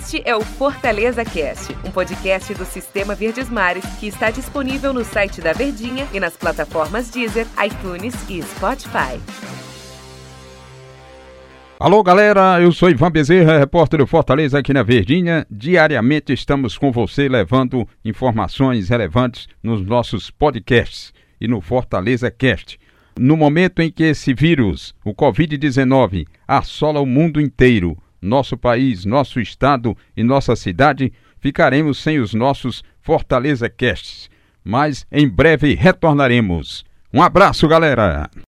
Este é o Fortaleza Cast, um podcast do Sistema Verdes Mares que está disponível no site da Verdinha e nas plataformas Deezer, iTunes e Spotify. Alô galera, eu sou Ivan Bezerra, repórter do Fortaleza aqui na Verdinha. Diariamente estamos com você levando informações relevantes nos nossos podcasts e no Fortaleza Cast. No momento em que esse vírus, o Covid-19, assola o mundo inteiro, nosso país, nosso estado e nossa cidade, ficaremos sem os nossos Fortaleza Casts. Mas em breve retornaremos. Um abraço, galera!